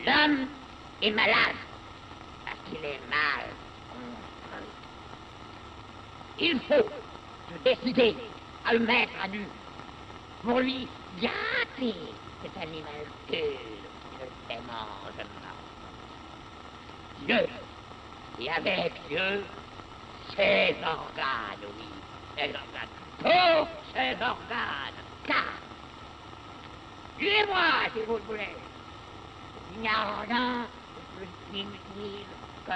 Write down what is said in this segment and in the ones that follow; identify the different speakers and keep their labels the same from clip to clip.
Speaker 1: L'homme est malade parce qu'il est mal construit. Il faut se décider à le mettre à nu pour lui gâter cet animal pur qui ne le démange pas. Dieu, et avec Dieu, ses organes, oui, ses organes, tous ses organes, car, tuez-moi si vous le voulez, il n'y a rien de plus inutile que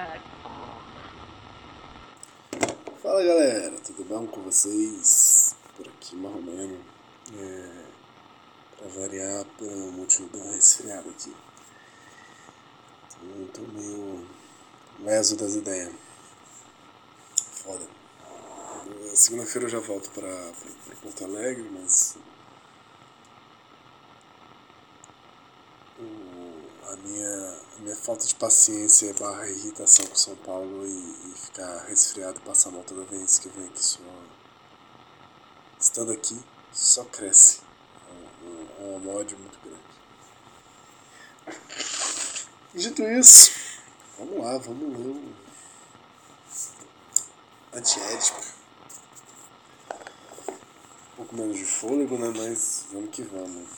Speaker 2: Fala galera, tudo bom com vocês? Por aqui Marromeno, pra variar pelo motivo da resfriada aqui. Então tô meio leso das ideias. Foda. Segunda-feira eu já volto pra Porto Alegre, mas a minha falta de paciência barra irritação com São Paulo e ficar resfriado e passar mal toda vez que eu venho aqui só. Estando aqui, só cresce. É um ódio muito grande. Dito isso, vamos lá, vamos ler o Antiédipo. Um pouco menos de fôlego, né? Mas vamos que vamos.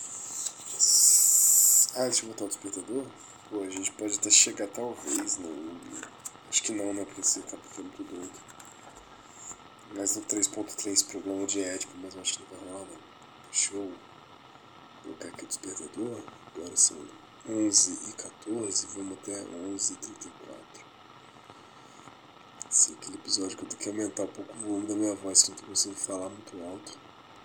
Speaker 2: Deixa eu botar o despertador. Pô, a gente pode até chegar talvez no... Acho que não, né? Porque esse capítulo é muito doido. Mas no 3.3 programa de Édipo, mas eu acho que não vai rolar não. Deixa eu colocar aqui o despertador. Agora são 11h14, vamos até 11h34. Esse é aquele episódio que eu tenho que aumentar um pouco o volume da minha voz, que eu não tô conseguindo falar muito alto.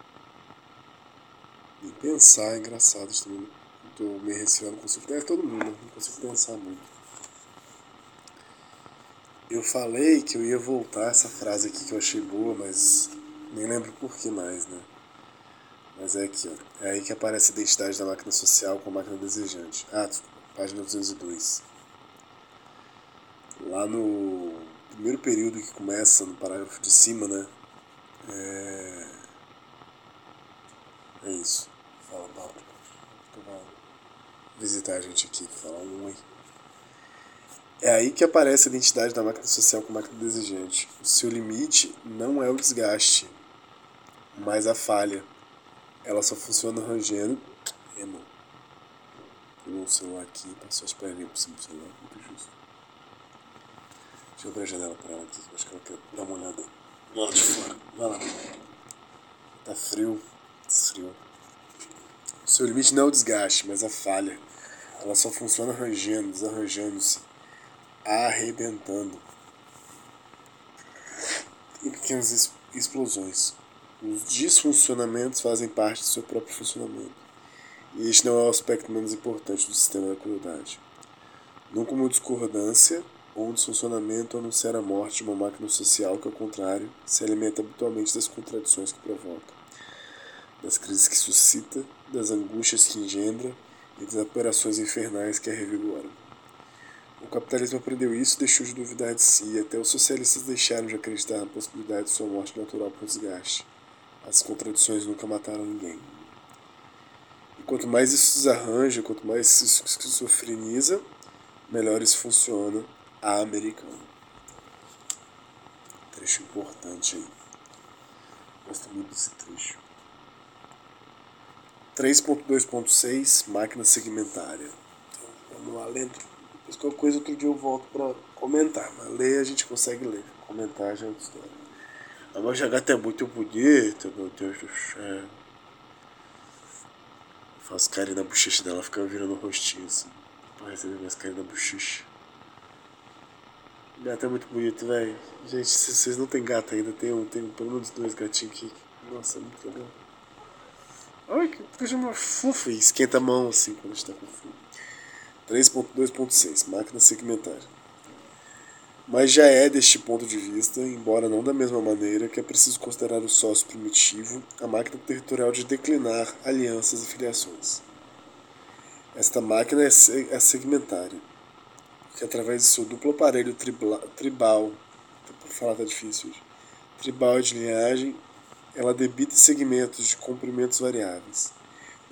Speaker 2: Nem pensar, é engraçado, eu tô meio resfriado, não consigo... todo mundo, não consigo pensar muito. Eu falei que eu ia voltar essa frase aqui que eu achei boa, mas nem lembro por que mais, né? Mas é aqui, ó. É aí que aparece a identidade da máquina social com a máquina desejante. Desculpa, página 202. Lá no primeiro período que começa, no parágrafo de cima, né? É isso. Fala, Pablo. Tu vai visitar a gente aqui, falar um oi. É aí que aparece a identidade da máquina social com a máquina desejante. O seu limite não é o desgaste, mas a falha. Ela só funciona rangendo. Pulou o celular aqui, passou as perninhas por cima do celular, muito justo. Deixa eu abrir a janela pra ela aqui, acho que ela quer dar uma olhada do lado de fora. Vai lá. Tá frio, desfriou. O seu limite não é o desgaste, mas a falha. Ela só funciona rangendo, desarranjando-se, arrebentando em pequenas explosões. Os disfuncionamentos fazem parte do seu próprio funcionamento. E este não é o aspecto menos importante do sistema da crueldade. Não como discordância ou um disfuncionamento anunciar a morte de uma máquina social que, ao contrário, se alimenta habitualmente das contradições que provoca, das crises que suscita, das angústias que engendra e das operações infernais que a revigoram. O capitalismo aprendeu isso e deixou de duvidar de si, e até os socialistas deixaram de acreditar na possibilidade de sua morte natural por desgaste. As contradições nunca mataram ninguém. E quanto mais isso se desarranja, quanto mais isso se esquizofreniza, melhor isso funciona a americana. Trecho importante aí. Gosto muito desse trecho. 3.2.6 Máquina segmentária. Então, vamos lá lendo. Depois qualquer coisa outro dia eu volto pra comentar. Mas ler a gente consegue ler. Comentar já é outra história. A Manja Gata é muito bonita, meu Deus do céu. Faço carinho na bochecha dela, fica virando o rostinho assim. Pra receber mais carinho na bochecha. Gato é muito bonito, velho. Gente, se vocês não tem gato ainda, tem pelo menos 2 gatinhos aqui. Nossa, é muito legal. Olha que coisa mais fofa. E esquenta a mão assim quando a gente tá com fome. 3.2.6 Máquina segmentária. Mas já é deste ponto de vista, embora não da mesma maneira, que é preciso considerar o sócio primitivo a máquina territorial de declinar alianças e filiações. Esta máquina é segmentária, que através de seu duplo aparelho tribal, para falar tá difícil hoje, tribal de linhagem, ela debita segmentos de comprimentos variáveis.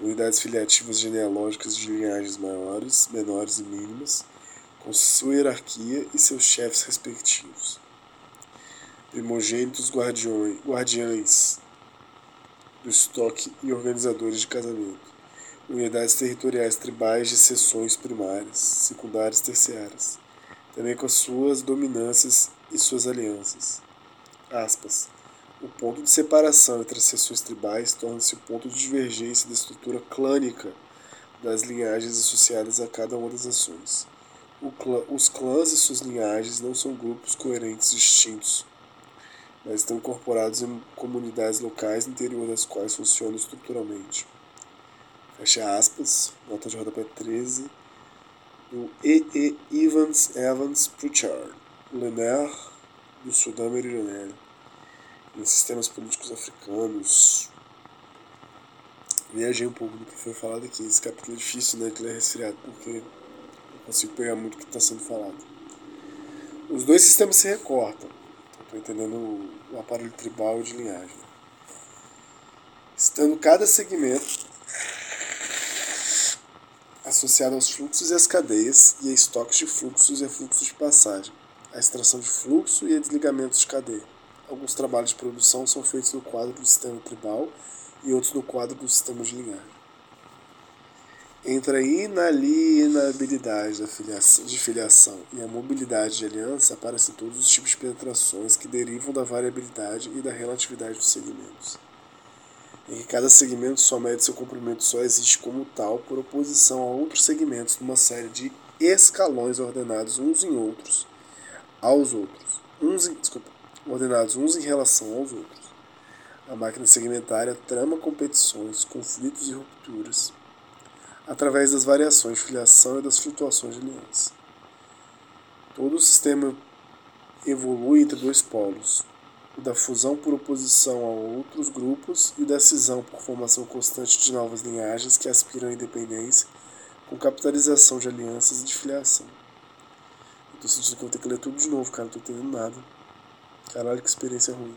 Speaker 2: unidades filiativas genealógicas de linhagens maiores, menores e mínimas, com sua hierarquia e seus chefes respectivos. Primogênitos guardiães do estoque e organizadores de casamento. Unidades territoriais tribais de seções primárias, secundárias e terciárias, também com as suas dominâncias e suas alianças. Aspas. O ponto de separação entre as seções tribais torna-se o ponto de divergência da estrutura clânica das linhagens associadas a cada uma das ações. Os clãs e suas linhagens não são grupos coerentes distintos, mas estão incorporados em comunidades locais no interior das quais funcionam estruturalmente. Fecha aspas, nota de rodapé 13, do E. Evans Pritchard, Lenaire, do Sudão Meridional, em sistemas políticos africanos. Viajei um pouco do que foi falado aqui. Esse capítulo é difícil, né, que ele é resfriado, porque não consigo pegar muito o que está sendo falado. Os dois sistemas se recortam. Estou entendendo o aparelho tribal e de linhagem. Estando cada segmento associado aos fluxos e às cadeias, e a estoques de fluxos e a fluxos de passagem, a extração de fluxo e a desligamento de cadeia. Alguns trabalhos de produção são feitos no quadro do sistema tribal e outros no quadro do sistema de linhagem. Entre a inalienabilidade de filiação e a mobilidade de aliança aparecem todos os tipos de penetrações que derivam da variabilidade e da relatividade dos segmentos, em que cada segmento só mede seu comprimento só existe como tal por oposição a outros segmentos numa série de escalões ordenados ordenados uns em relação aos outros. A máquina segmentária trama competições, conflitos e rupturas através das variações de filiação e das flutuações de aliança. Todo o sistema evolui entre dois polos, o da fusão por oposição a outros grupos e o da cisão por formação constante de novas linhagens que aspiram à independência, com capitalização de alianças e de filiação. Eu tô sentindo que eu vou ter que ler tudo de novo, cara, não tô entendendo nada. Caralho, que experiência ruim.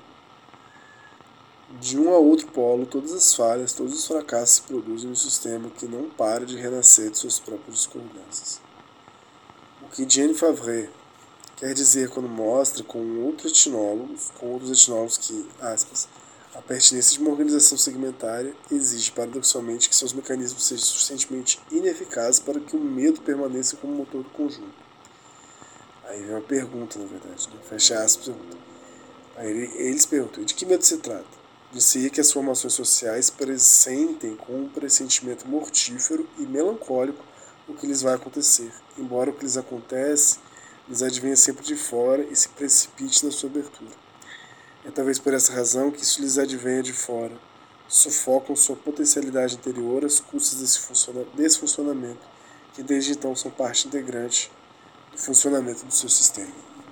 Speaker 2: De um a outro polo, todas as falhas, todos os fracassos se produzem no sistema que não para de renascer de suas próprias discordâncias. O que Jean Favre quer dizer quando mostra com outros etnólogos que, aspas, a pertinência de uma organização segmentária exige paradoxalmente que seus mecanismos sejam suficientemente ineficazes para que o medo permaneça como motor do conjunto. Aí vem uma pergunta, na verdade, né? Fecha aspas, pergunta. Aí eles perguntam, de que medo se trata? Disse que as formações sociais pressentem com um pressentimento mortífero e melancólico o que lhes vai acontecer, embora o que lhes acontece lhes advenha sempre de fora e se precipite na sua abertura. É talvez por essa razão que isso lhes advenha de fora. Sufocam sua potencialidade interior às custas desse funcionamento, que desde então são parte integrante do funcionamento do seu sistema.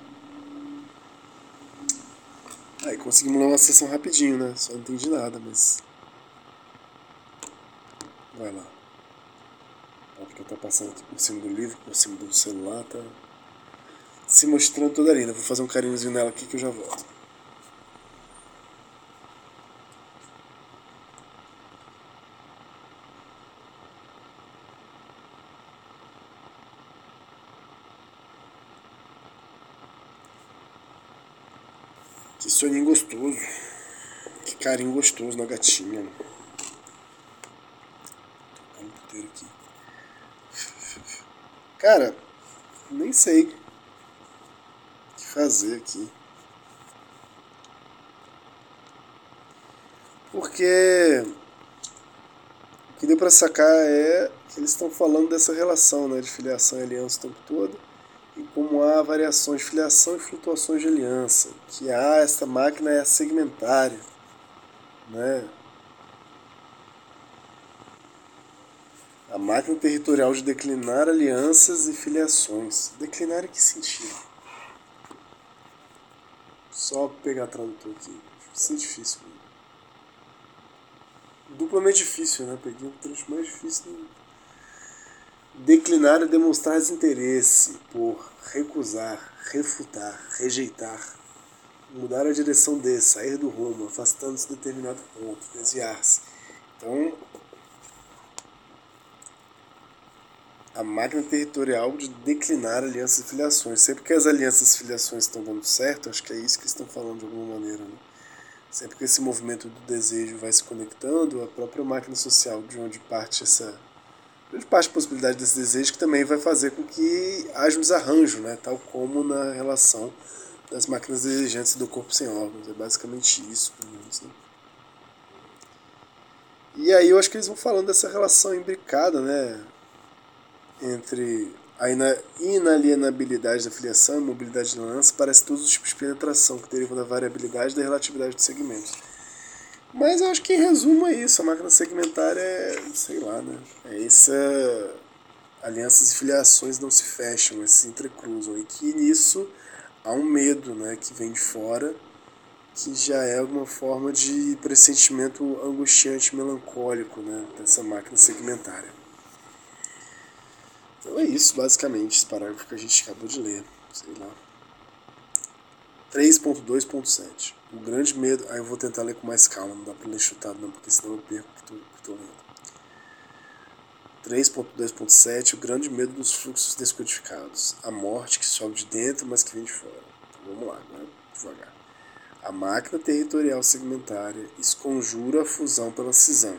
Speaker 2: Aí conseguimos ler uma sessão rapidinho, né? Só não entendi nada, mas... Vai lá. Porque tá passando aqui por cima do livro, por cima do celular, tá se mostrando toda linda. Vou fazer um carinhozinho nela aqui que eu já volto. Que soninho gostoso. Que carinho gostoso na gatinha. Tô inteiro aqui. Cara, nem sei o que fazer aqui. Porque o que deu pra sacar é que eles estão falando dessa relação, né, de filiação e aliança o tempo todo, e como há variações de filiação e flutuações de aliança, que essa máquina é segmentária, né? A máquina territorial de declinar alianças e filiações. Declinar em que sentido? Só pegar tradutor aqui. Isso é difícil. Né? Duplamente difícil, né? Peguei um trecho mais difícil. Declinar é demonstrar desinteresse por recusar, refutar, rejeitar, mudar a direção de, sair do rumo, afastando-se de determinado ponto, desviar-se. Então, a máquina territorial de declinar alianças e filiações. Sempre que as alianças e filiações estão dando certo, acho que é isso que eles estão falando de alguma maneira, né? Sempre que esse movimento do desejo vai se conectando, a própria máquina social, de onde parte a possibilidade desse desejo, que também vai fazer com que haja um desarranjo, né? Tal como na relação das máquinas desejantes do corpo sem órgãos. É basicamente isso, pelo menos, né? E aí eu acho que eles vão falando dessa relação imbricada, né? Entre a inalienabilidade da filiação e a mobilidade da lança, parece todos os tipos de penetração que derivam da variabilidade e da relatividade dos segmentos. Mas eu acho que em resumo é isso. A máquina segmentária é, sei lá, né? É essa alianças e filiações não se fecham, mas se entrecruzam. E que nisso há um medo, né, que vem de fora, que já é alguma forma de pressentimento angustiante, melancólico, né, dessa máquina segmentária. Então é isso, basicamente, esse parágrafo que a gente acabou de ler. Sei lá. 3.2.7. O grande medo... Aí eu vou tentar ler com mais calma, não dá pra ler chutado não, porque senão eu perco o que estou lendo. 3.2.7. O grande medo dos fluxos descodificados. A morte que sobe de dentro, mas que vem de fora. Então vamos lá, né? Devagar. A máquina territorial segmentária esconjura a fusão pela cisão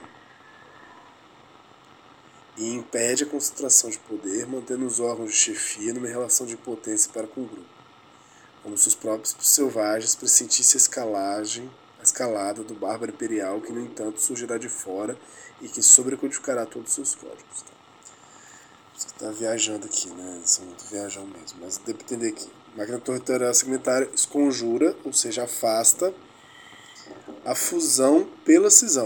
Speaker 2: e impede a concentração de poder, mantendo os órgãos de chefia numa relação de impotência para com o grupo, como se os próprios selvagens pressentissem a escalada do bárbaro imperial, que no entanto surgirá de fora e que sobrecodificará todos os seus códigos. Você está viajando aqui, né? São muito viajão mesmo, mas deve entender aqui. A máquina territorial segmentária esconjura, ou seja, afasta a fusão pela cisão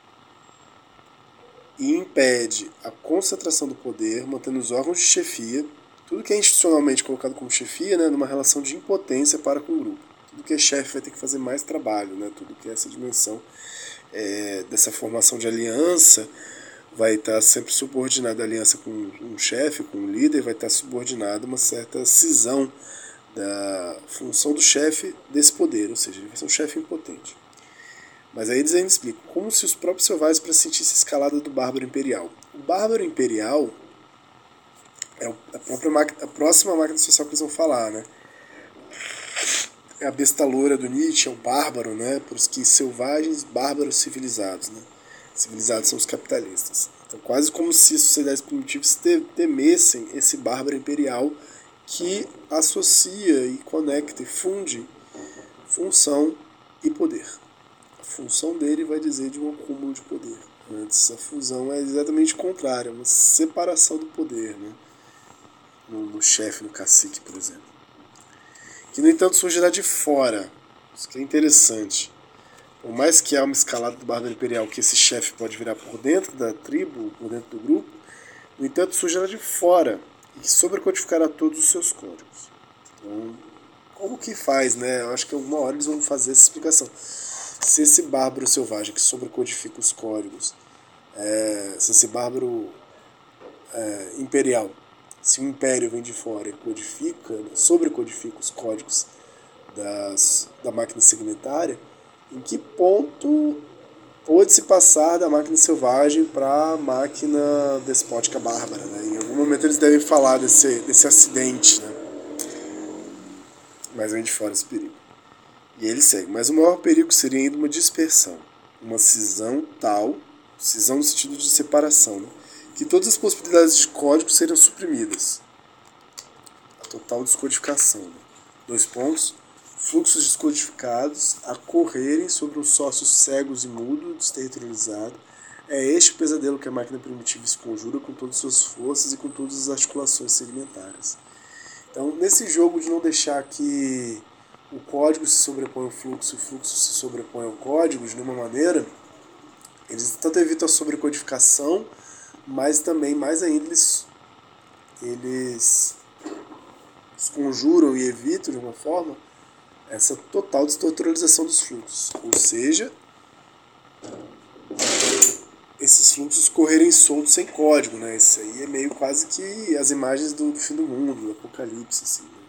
Speaker 2: e impede a concentração do poder, mantendo os órgãos de chefia, tudo que é institucionalmente colocado como chefia, né, numa relação de impotência para com o grupo. Tudo que é chefe vai ter que fazer mais trabalho, né, tudo que é essa dimensão dessa formação de aliança vai estar sempre subordinado à aliança com um chefe, com um líder, vai estar subordinado a uma certa cisão da função do chefe desse poder, ou seja, ele vai ser um chefe impotente. Mas aí eles ainda explicam como se os próprios selvagens pressentissem a escalada do bárbaro imperial. O bárbaro imperial é a próxima máquina social que eles vão falar, né? É a besta loura do Nietzsche, é um bárbaro, né? Por isso que selvagens, bárbaros, civilizados, né? Civilizados são os capitalistas. Então quase como se as sociedades primitivas temessem esse bárbaro imperial que associa e conecta e funde função e poder. A função dele vai dizer de um acúmulo de poder. Antes, a fusão é exatamente o contrário, é uma separação do poder, né? No chefe, no cacique, por exemplo. Que, no entanto, surgirá de fora. Isso que é interessante. Por mais que há uma escalada do bárbaro imperial que esse chefe pode virar por dentro da tribo, por dentro do grupo, no entanto, surgirá de fora e sobrecodificará todos os seus códigos. Então, como que faz, né? Eu acho que alguma hora eles vão fazer essa explicação. Se esse bárbaro selvagem que sobrecodifica os códigos, se esse bárbaro imperial, se o império vem de fora e codifica, né, sobrecodifica os códigos da máquina segmentária, em que ponto pode se passar da máquina selvagem para a máquina despótica bárbara, né? Em algum momento eles devem falar desse acidente, né? Mas vem de fora esse perigo. E ele segue. Mas o maior perigo seria ainda uma dispersão. Uma cisão no sentido de separação, né? Que todas as possibilidades de código seriam suprimidas. A total descodificação. Né? 2 pontos. Fluxos descodificados a correrem sobre os sócios cegos e mudos, desterritorializados. É este o pesadelo que a máquina primitiva se conjura com todas as suas forças e com todas as articulações segmentares. Então, nesse jogo de não deixar que o código se sobrepõe ao fluxo e o fluxo se sobrepõe ao código de nenhuma maneira, eles tanto evitam a sobrecodificação, mas também, mais ainda, eles conjuram e evitam, de uma forma, essa total desestruturalização dos fluxos. Ou seja, esses fluxos correrem soltos sem código, né? Isso aí é meio quase que as imagens do fim do mundo, do apocalipse, assim, né?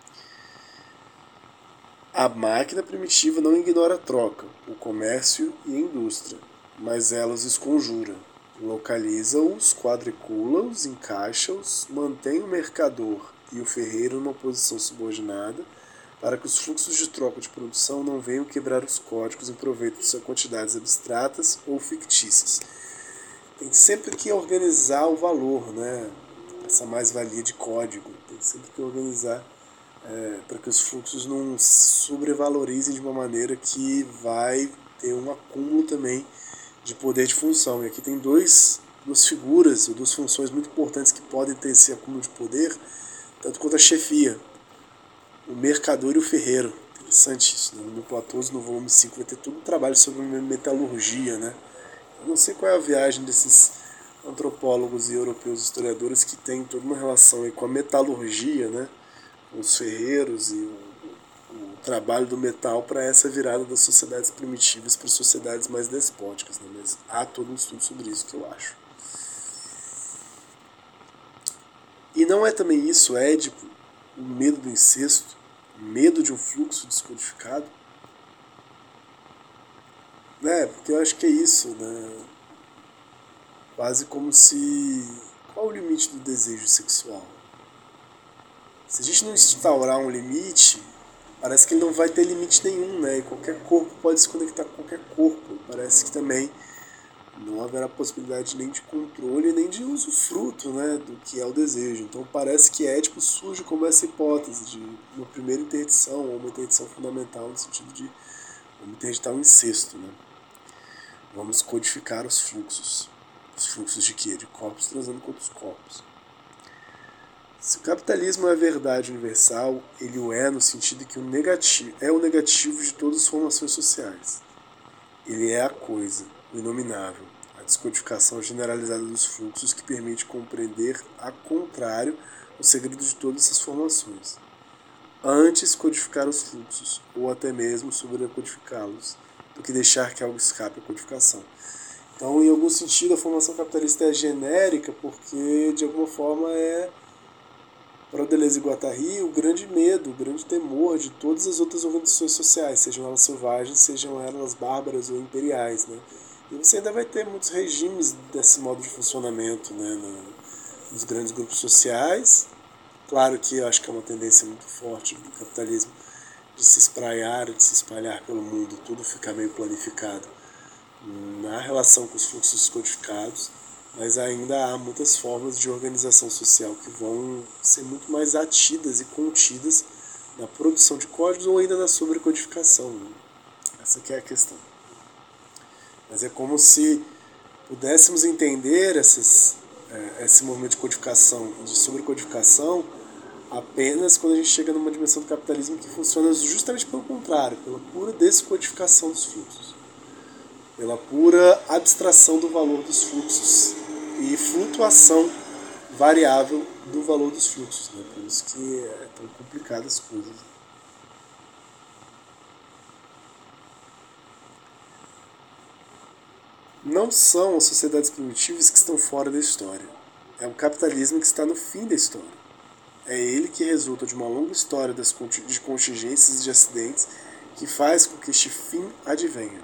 Speaker 2: A máquina primitiva não ignora a troca, o comércio e a indústria, mas ela os esconjura. localiza-os, quadricula-os, encaixa-os, mantém o mercador e o ferreiro numa posição subordinada, para que os fluxos de troca de produção não venham quebrar os códigos em proveito de suas quantidades abstratas ou fictícias. Tem sempre que organizar o valor, né? Essa mais-valia de código. Tem sempre que organizar para que os fluxos não sobrevalorizem de uma maneira que vai ter um acúmulo também de poder de função. E aqui tem duas figuras, ou duas funções muito importantes que podem ter esse acúmulo de poder, tanto quanto a chefia. O mercador e o ferreiro. Interessante isso, né? No Platôs, no volume 5, vai ter todo um trabalho sobre metalurgia, né? Eu não sei qual é a viagem desses antropólogos e europeus historiadores que tem toda uma relação aí com a metalurgia, né? Os ferreiros e o trabalho do metal para essa virada das sociedades primitivas para sociedades mais despóticas, né? Mas há todo um estudo sobre isso que eu acho. E não é também isso, Édipo, o medo do incesto, o medo de um fluxo descodificado? Né? Porque eu acho que é isso, né? Quase como se... Qual é o limite do desejo sexual? Se a gente não instaurar um limite, parece que ele não vai ter limite nenhum, né? E qualquer corpo pode se conectar com qualquer corpo. Parece que também não haverá possibilidade nem de controle, nem de usufruto, né, do que é o desejo. Então parece que Édipo surge como essa hipótese de uma primeira interdição, ou uma interdição fundamental no sentido de vamos interditar o incesto, né? Vamos codificar os fluxos. Os fluxos de quê? De corpos transando com outros corpos. Se o capitalismo é a verdade universal, ele o é no sentido que o negativo de todas as formações sociais. Ele é a coisa, o inominável, a descodificação generalizada dos fluxos que permite compreender, a contrário, o segredo de todas essas formações. Antes codificar os fluxos, ou até mesmo sobrecodificá-los, do que deixar que algo escape à codificação. Então, em algum sentido, a formação capitalista é genérica porque, de alguma forma, é, para o Deleuze e Guattari, o grande medo, o grande temor de todas as outras organizações sociais, sejam elas selvagens, sejam elas bárbaras ou imperiais, né? E você ainda vai ter muitos regimes desse modo de funcionamento, né, nos grandes grupos sociais. Claro que eu acho que é uma tendência muito forte do capitalismo de se espraiar, de se espalhar pelo mundo, tudo ficar meio planificado na relação com os fluxos codificados, mas ainda há muitas formas de organização social que vão ser muito mais atidas e contidas na produção de códigos ou ainda na sobrecodificação, né? Essa que é a questão. Mas é como se pudéssemos entender esse movimento de codificação, de sobrecodificação, apenas quando a gente chega numa dimensão do capitalismo que funciona justamente pelo contrário, pela pura descodificação dos fluxos, pela pura abstração do valor dos fluxos e flutuação variável do valor dos fluxos, né? Por isso que é tão complicado as coisas. Não são as sociedades primitivas que estão fora da história. É o capitalismo que está no fim da história. É ele que resulta de uma longa história de contingências e de acidentes que faz com que este fim advenha.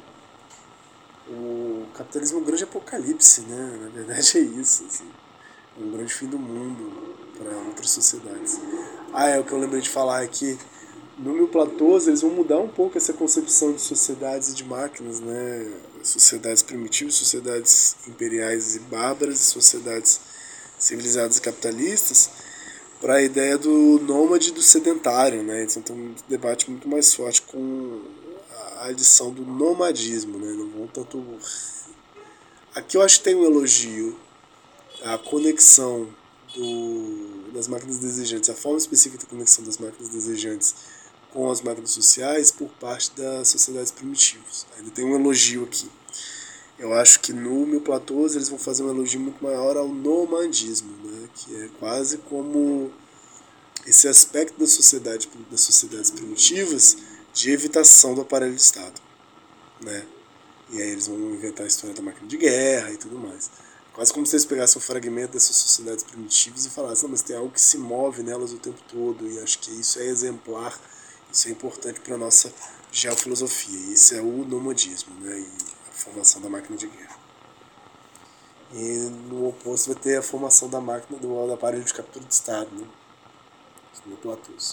Speaker 2: O capitalismo é um grande apocalipse, né? Na verdade é isso, assim. É um grande fim do mundo para outras sociedades. O que eu lembrei de falar é que no Mil Platôs eles vão mudar um pouco essa concepção de sociedades e de máquinas, né? Sociedades primitivas, sociedades imperiais e bárbaras, e sociedades civilizadas e capitalistas, para a ideia do nômade e do sedentário, né? Então tem um debate muito mais forte com a adição do nomadismo, né? Não vão tanto... Aqui eu acho que tem um elogio à conexão das máquinas desejantes, a forma específica da conexão das máquinas desejantes com as máquinas sociais por parte das sociedades primitivas. Ainda tem um elogio aqui. Eu acho que no Mil Platôs eles vão fazer um elogio muito maior ao nomadismo, né? Que é quase como esse aspecto das sociedades primitivas de evitação do aparelho de Estado, né? E aí eles vão inventar a história da máquina de guerra e tudo mais. Quase como se eles pegassem um fragmento dessas sociedades primitivas e falassem, não, mas tem algo que se move nelas o tempo todo, e acho que isso é exemplar, isso é importante para a nossa geofilosofia. E isso é o nomadismo, né? E a formação da máquina de guerra. E no oposto vai ter a formação da máquina do aparelho de captura de estado, né? No Platus.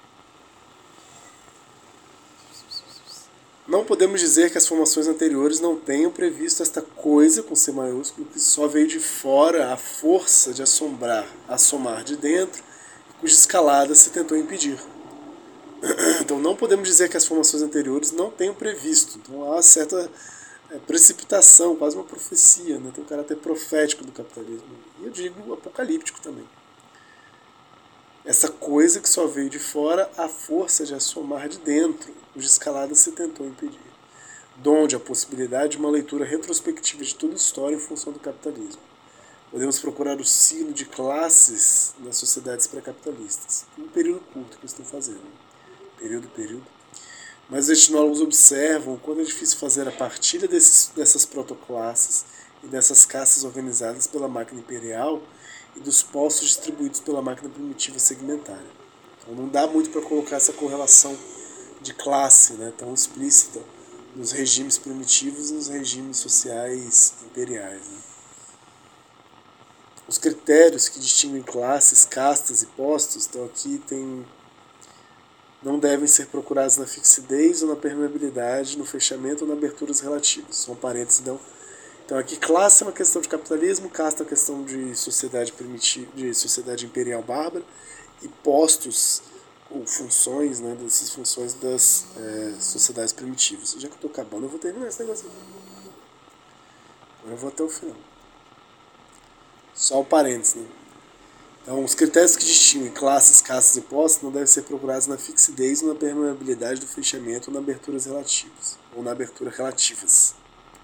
Speaker 2: Não podemos dizer que as formações anteriores não tenham previsto esta coisa, com C maiúsculo, que só veio de fora a força de assomar de dentro, cuja escalada se tentou impedir. Então não podemos dizer que as formações anteriores não tenham previsto. Então há uma certa precipitação, quase uma profecia, né? Tem um caráter profético do capitalismo. E eu digo apocalíptico também. Essa coisa que só veio de fora a força de assomar de dentro, cuja escalada se tentou impedir. Donde a possibilidade de uma leitura retrospectiva de toda a história em função do capitalismo. Podemos procurar o signo de classes nas sociedades pré-capitalistas. Um período curto que estão fazendo. Período. Mas os etnólogos observam o quanto é difícil fazer a partilha dessas protoclasses e dessas caças organizadas pela máquina imperial e dos postos distribuídos pela máquina primitiva segmentária. Então não dá muito para colocar essa correlação de classe, né, tão explícita nos regimes primitivos e nos regimes sociais imperiais. Né. Os critérios que distinguem classes, castas e postos, então aqui não devem ser procurados na fixidez ou na permeabilidade, no fechamento ou na aberturas relativas. São parênteses, então aqui classe é uma questão de capitalismo, casta é uma questão de sociedade primitiva, de sociedade imperial bárbara, e postos ou funções, né, dessas funções das sociedades primitivas. Já que eu estou acabando, eu vou terminar esse negócio aqui. Agora eu vou até o final. Só o parênteses, né? Então, os critérios que distinguem classes, castas e postos não devem ser procurados na fixidez ou na permeabilidade do fechamento ou na aberturas relativas, ou na abertura relativas.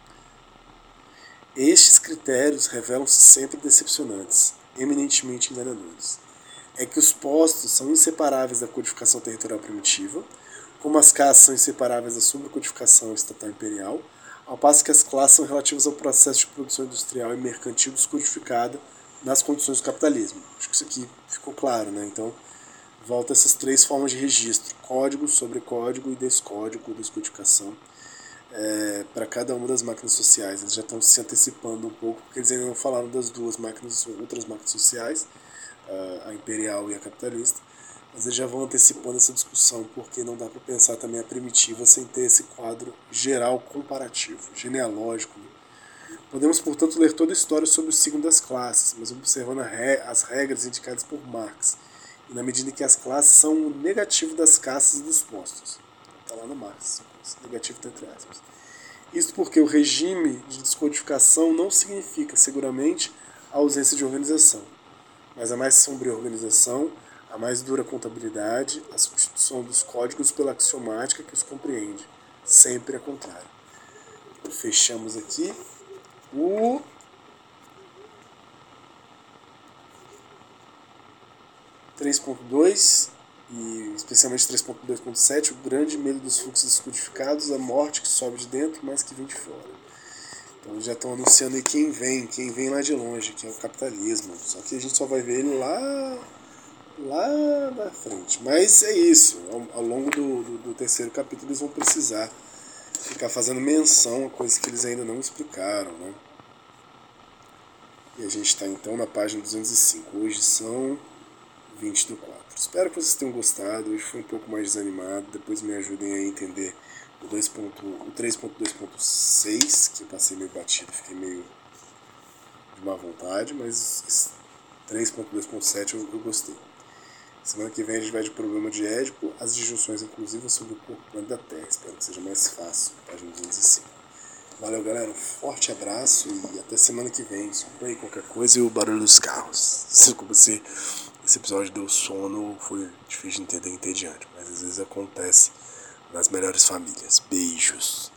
Speaker 2: Estes critérios revelam-se sempre decepcionantes, eminentemente enganadores. É que os postos são inseparáveis da codificação territorial primitiva, como as castas são inseparáveis da subcodificação estatal imperial, ao passo que as classes são relativas ao processo de produção industrial e mercantil descodificada nas condições do capitalismo. Acho que isso aqui ficou claro, né? Então, volta essas três formas de registro: código, sobrecódigo e descódigo, descodificação, para cada uma das máquinas sociais. Eles já estão se antecipando um pouco, porque eles ainda não falaram das duas máquinas, outras máquinas sociais, a imperial e a capitalista, mas eles já vão antecipando essa discussão, porque não dá para pensar também a primitiva sem ter esse quadro geral comparativo, genealógico. Né? Podemos, portanto, ler toda a história sobre o signo das classes, mas observando as regras indicadas por Marx, e na medida que as classes são o negativo das castas e dos postos. Está lá no Marx, negativo entre aspas. Isso porque o regime de descodificação não significa, seguramente, a ausência de organização, mas a mais sombria organização, a mais dura contabilidade, a substituição dos códigos pela axiomática que os compreende, sempre ao contrário. Então, fechamos aqui o 3.2 e especialmente 3.2.7, o grande medo dos fluxos descodificados, a morte que sobe de dentro, mas que vem de fora. Então eles já estão anunciando aí quem vem lá de longe, que é o capitalismo. Só que a gente só vai ver ele lá na frente. Mas é isso, ao longo do terceiro capítulo eles vão precisar ficar fazendo menção a coisas que eles ainda não explicaram, né? E a gente está então na página 205. Hoje são 20 do 4. Espero que vocês tenham gostado. Hoje foi um pouco mais desanimado. Depois me ajudem a entender o 3.2.6, que eu passei meio batido, fiquei meio de má vontade, mas 3.2.7 eu gostei. Semana que vem a gente vai de problema de Édipo, as disjunções inclusivas sobre o corpo plano da Terra. Espero que seja mais fácil, página 205. Valeu, galera. Um forte abraço e até semana que vem. Desculpa aí qualquer coisa e o barulho dos carros. Desculpa se esse episódio deu sono, foi difícil de entender e entediante, mas às vezes acontece nas melhores famílias. Beijos.